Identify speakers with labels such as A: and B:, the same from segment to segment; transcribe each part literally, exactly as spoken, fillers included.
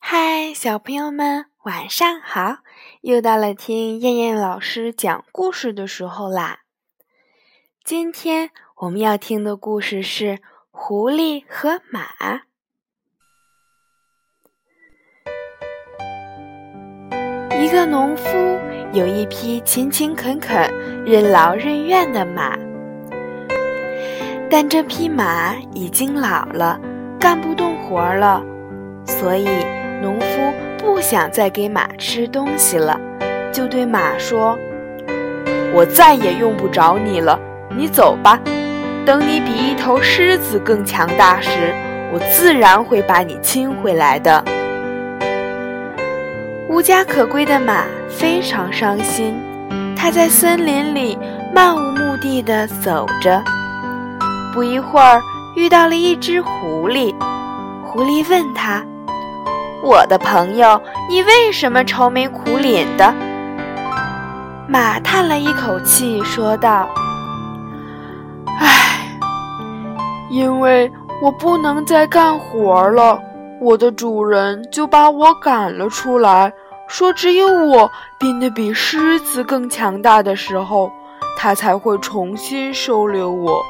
A: 嗨，小朋友们，晚上好！又到了听燕燕老师讲故事的时候啦。今天我们要听的故事是《狐狸和马》。一个农夫有一匹勤勤恳恳、任劳任怨的马，但这匹马已经老了，干不动活了，所以农夫不想再给马吃东西了，就对马说：我再也用不着你了，你走吧，等你比一头狮子更强大时，我自然会把你亲回来的。无家可归的马非常伤心，它在森林里漫无目的地走着，不一会儿遇到了一只狐狸。狐狸问他：我的朋友，你为什么愁眉苦脸的？马叹了一口气说道：唉，因为我不能再干活了，我的主人就把我赶了出来，说只有我变得比狮子更强大的时候，他才会重新收留我。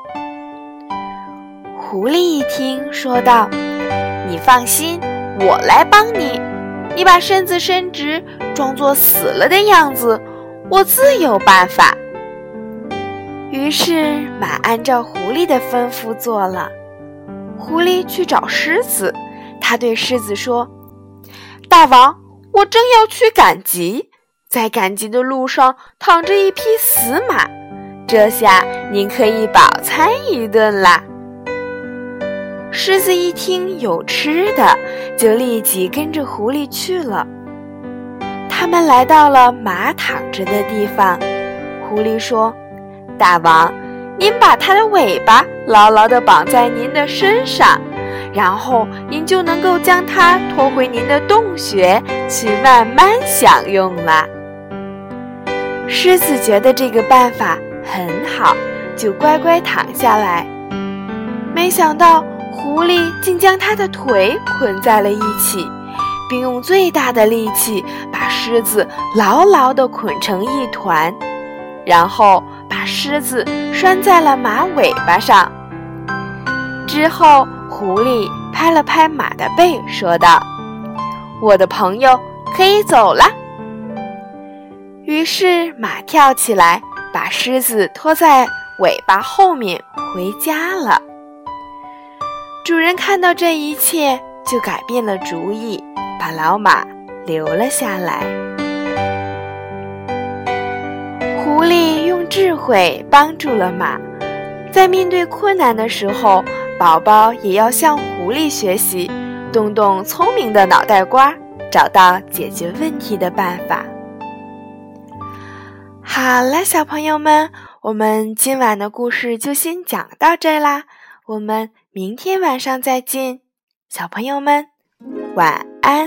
A: 狐狸一听说道：你放心，我来帮你，你把身子伸直，装作死了的样子，我自有办法。于是马按照狐狸的吩咐做了。狐狸去找狮子，他对狮子说：大王，我正要去赶集，在赶集的路上躺着一匹死马，这下您可以饱餐一顿啦。狮子一听有吃的，就立即跟着狐狸去了。他们来到了马躺着的地方，狐狸说：大王，您把它的尾巴牢牢地绑在您的身上，然后您就能够将它拖回您的洞穴去慢慢享用了。狮子觉得这个办法很好，就乖乖躺下来。没想到狐狸竟将它的腿捆在了一起，并用最大的力气把狮子牢牢地捆成一团，然后把狮子拴在了马尾巴上。之后狐狸拍了拍马的背说道：我的朋友可以走了。于是马跳起来，把狮子拖在尾巴后面回家了。主人看到这一切，就改变了主意，把老马留了下来。狐狸用智慧帮助了马，在面对困难的时候，宝宝也要向狐狸学习，动动聪明的脑袋瓜，找到解决问题的办法。好了，小朋友们，我们今晚的故事就先讲到这啦，我们明天晚上再见，小朋友们，晚安。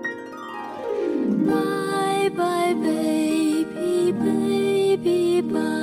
B: Bye bye baby baby bye